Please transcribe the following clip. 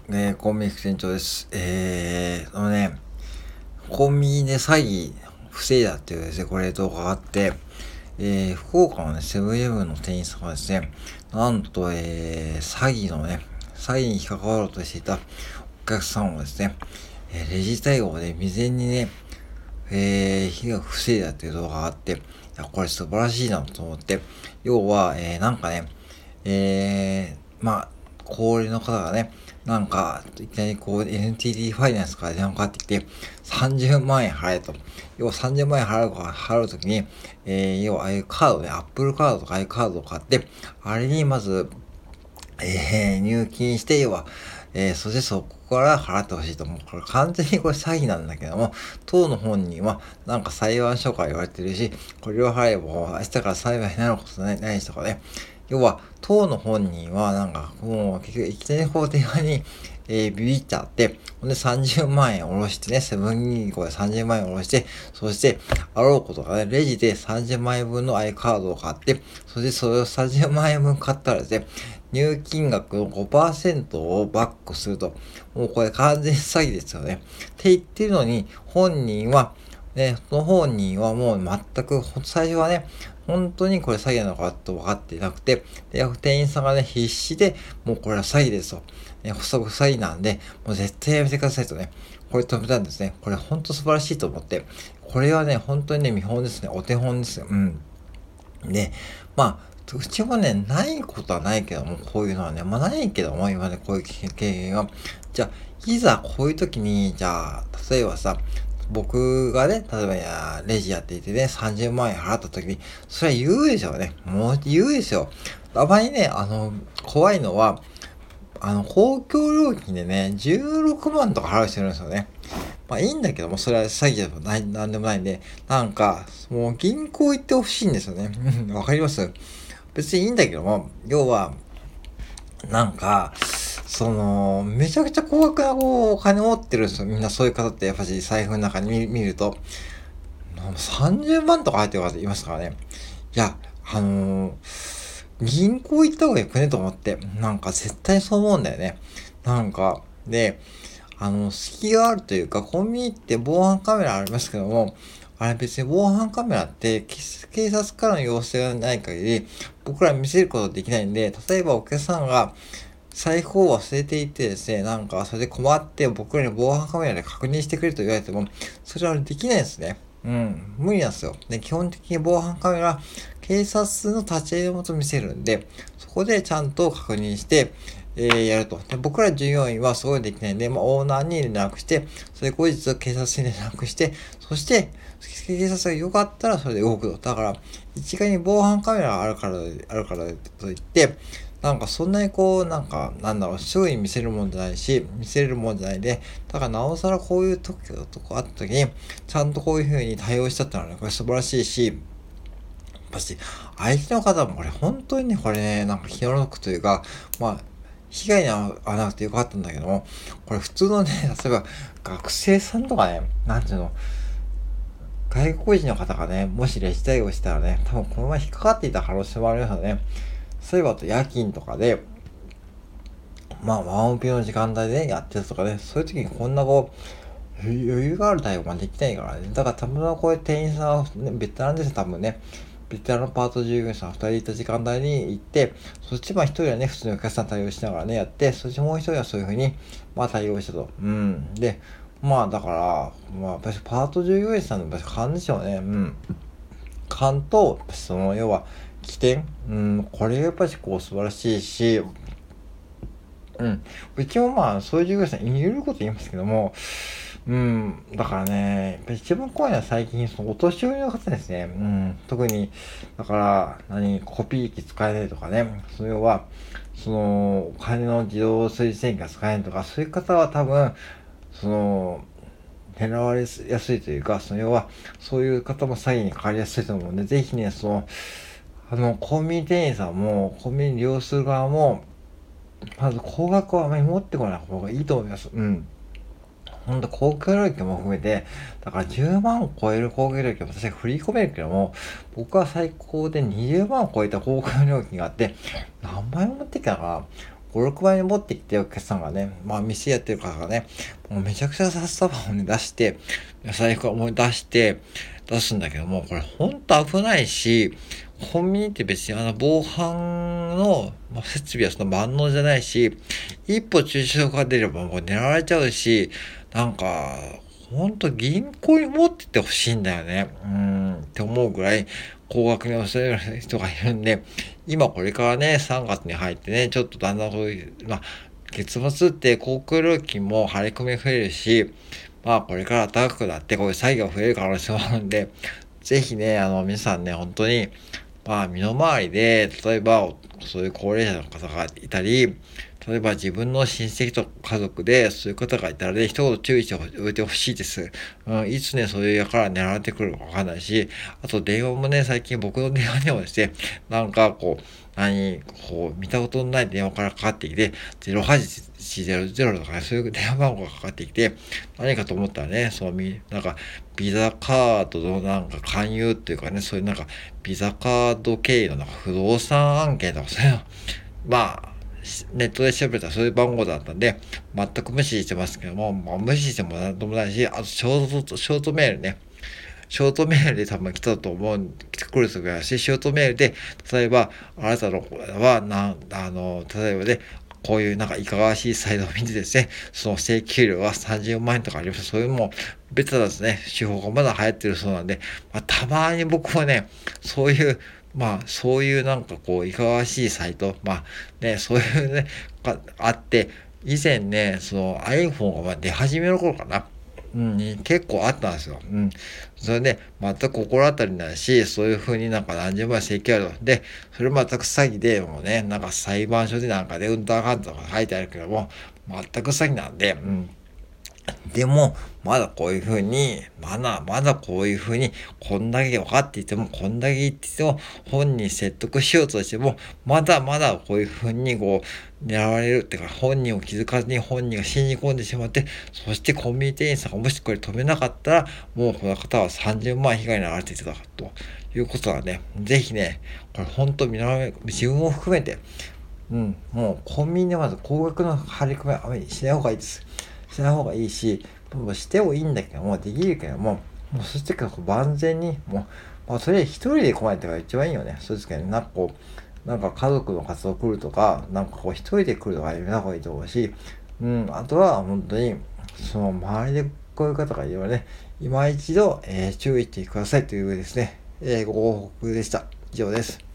コンビニ店長です。コンビニで詐欺防いだっていうですね、これ動画があって、福岡のね、セブンイレブンの店員さんがですね、なんと、詐欺に引っかかろうとしていたお客さんをですね、レジ対応で未然にね、被害を防いだっていう動画があって、いや、これ素晴らしいなと思って、要は、高齢の方がね、いきなりNTT ファイナンスから電話かかってきて、30万円払えと。要は30万円払うときに、要はああいうカードね、Apple カードとかああいうカードを買って、あれにまず、入金して、そしてそこから払ってほしいと。もうこれ完全にこれ詐欺なんだけども、当の本人は裁判所から言われてるし、これを払えば明日から裁判になることないしとかね。要は、当の本人はもう結局いきなり電話に、ビビっちゃって、ほんで30万円下ろしてね、セブン銀行で30万円下ろして、そして、あろうことかね、レジで30万円分のカードを買って、そしてそれを30万円分買ったらですね、入金額の 5% をバックすると。もうこれ完全詐欺ですよね。って言ってるのに、その本人はもう全く、最初はね、本当にこれ詐欺なのかと分かっていなくて、で、店員さんがね、必死で、もうこれは詐欺ですと。補足詐欺なんで、もう絶対やめてくださいとね、これ止めたんですね。これ本当素晴らしいと思って。これはね、本当にね、見本ですね。お手本ですよ。うん。で、うちもね、ないことはないけども、こういうのはね、ないけども、今ね、こういう経験が。じゃあ、いざこういう時に、じゃあ、例えばさ、僕がね、例えばレジやっていてね、30万円払った時に、それは言うでしょうね。もう言うでしょう。たまにね、怖いのは、公共料金でね、16万とか払う人いるんですよね。いいんだけども、それは詐欺でもなんでもないんで、もう銀行行ってほしいんですよね。わかります？別にいいんだけども、要は、めちゃくちゃ高額なお金持ってるんですよ。みんなそういう方ってやっぱし財布の中に見ると、30万とか入ってる方いますからね。いや、銀行行った方がよくねと思って。絶対そう思うんだよね。で、隙があるというか、コンビニって防犯カメラありますけども、あれ別に防犯カメラって警察からの要請がない限り、僕ら見せることできないんで、例えばお客さんが財布を忘れていてですね、それで困って僕らに防犯カメラで確認してくれと言われても、それはできないですね。うん、無理なんですよ。で、基本的に防犯カメラ、警察の立ち会いのもと見せるんで、そこでちゃんと確認して、やると。で、僕ら従業員はそういうできないんで、オーナーに連絡して、それ後日警察に連絡して、そして、警察が良かったらそれで動くと。だから、一概に防犯カメラがあるからといって、そんなにすぐに見せるもんじゃないし、見せれるもんじゃないで、だからなおさらこういうとこあった時に、ちゃんとこういう風に対応したってのはね、これ素晴らしいし、やっぱし、相手の方もこれ本当にね、これね、気の毒というか、被害に遭わなくてよかったんだけども、これ普通のね、例えば学生さんとかね、外国人の方がね、もしレジ対応したらね、多分このまま引っかかっていた可能性もありますよね。そういえば夜勤とかで、ワンオペの時間帯でね、やってるとかね、そういう時にこんな余裕がある対応ができないからね。だからたまたまこういう店員さんは、ね、ベテランですよ、多分ね。ベテランのパート従業員さん2人いた時間帯に行って、そっち1人はね、普通にお客さん対応しながらね、やって、そっちもう1人はそういう風に、対応したと。うん。で、だから、やっぱりパート従業員さんのやっぱり勘でしょうね。うん。勘と、要は、起点。うん、これがやっぱり素晴らしいし、うん。うちもそういう従業員さんいること言いますけども、うん。だからね、やっぱり一番怖いのは最近、そのお年寄りの方ですね。うん。特に、だから、コピー機使えないとかね。それは、お金の自動推薦機が使えないとか、そういう方は多分、その、狙われやすいというか、要は、そういう方も詐欺にかかりやすいと思うんで、ぜひね、コンビニ店員さんも、コンビニ利用する側も、まず高額はあまり持ってこない方がいいと思います。うん。ほんと、公共料金も含めて、だから10万を超える公共料金を私は振り込めるけども、僕は最高で20万を超えた公共料金があって、何倍も持ってきたかな。 5、6万円持ってきてお客さんがね、店やってる方がね、もうめちゃくちゃ札束をね、出して、財布を思い出して、出すんだけども、これほんと危ないし、コンビニって別に防犯の設備はその万能じゃないし、一歩駐車場が出ればもう狙われちゃうし、なんか、ほんと銀行に持ってってほしいんだよね。って思うぐらい高額に恐れる人がいるんで、今これからね、3月に入ってね、ちょっとだんだんそういう、月末って航空料金も張り込み増えるし、これから高くなってこういう作業が増える可能性もあるんで、ぜひね、皆さんね、本当に、身の回りで、例えば、そういう高齢者の方がいたり、例えば自分の親戚と家族でそういう方がいたらね、一言注意しておいてほしいです。いつね、そういうやから狙われてくるかわかんないし、あと電話もね、最近僕の電話にもですね、なんかこう、見たことのない電話からかかってきて、0800とかね、そういう電話番号がかかってきて、何かと思ったらね、なんか、ビザカードのなんか勧誘っていうかね、そういうなんか、ビザカード経由のなんか不動産案件とかそういうの、まあ、ネットで調べたらそういう番号だったんで、全く無視してますけども、無視してもなんともないし、あとショートメールね。ショートメールで多分来たと思う、来てくるとかし、ショートメールで、例えば、あなたのは、例えばね、こういうなんかいかがわしいサイトを見てですね、その請求料は30万円とかあります。そういうもう、ベタですね、手法がまだ流行ってるそうなんで、たまに僕はね、そういう、そういうなんかこう、いかがわしいサイト、そういうね、あって、以前ね、その iPhone が出始めの頃かな。結構あったんですよ。それで、全く心当たりないし、そういう風になんか何十万請求あるので、それ全く詐欺で、もうね、なんか裁判所でなんかでうんとあかんとか書いてあるけども、全く詐欺なんで、でも、まだこういうふうに、まだこういうふうに、こんだけ分かっていても、こんだけ言っていても、本人説得しようとしても、まだまだこういうふうに狙われるっていうか、本人を気づかずに本人が信じ込んでしまって、そしてコンビニ店員さんがもしこれ止めなかったら、もうこの方は30万被害に遭われていたということなんで、ぜひね、これ本当自分も含めて、もうコンビニでまず高額の張り込みはあまりしない方がいいです。しない方がいいし、もうしてもいいんだけども、できるけども、もうそしてから万全に、それ一人で来ないってのが一番いいよね。そうですけどね、なんか家族の活動来るとか、なんか一人で来るとかやめた方がいいと思うし、あとは本当に、その周りでこういう方がいればね、今一度、注意してくださいというですね、ご報告でした。以上です。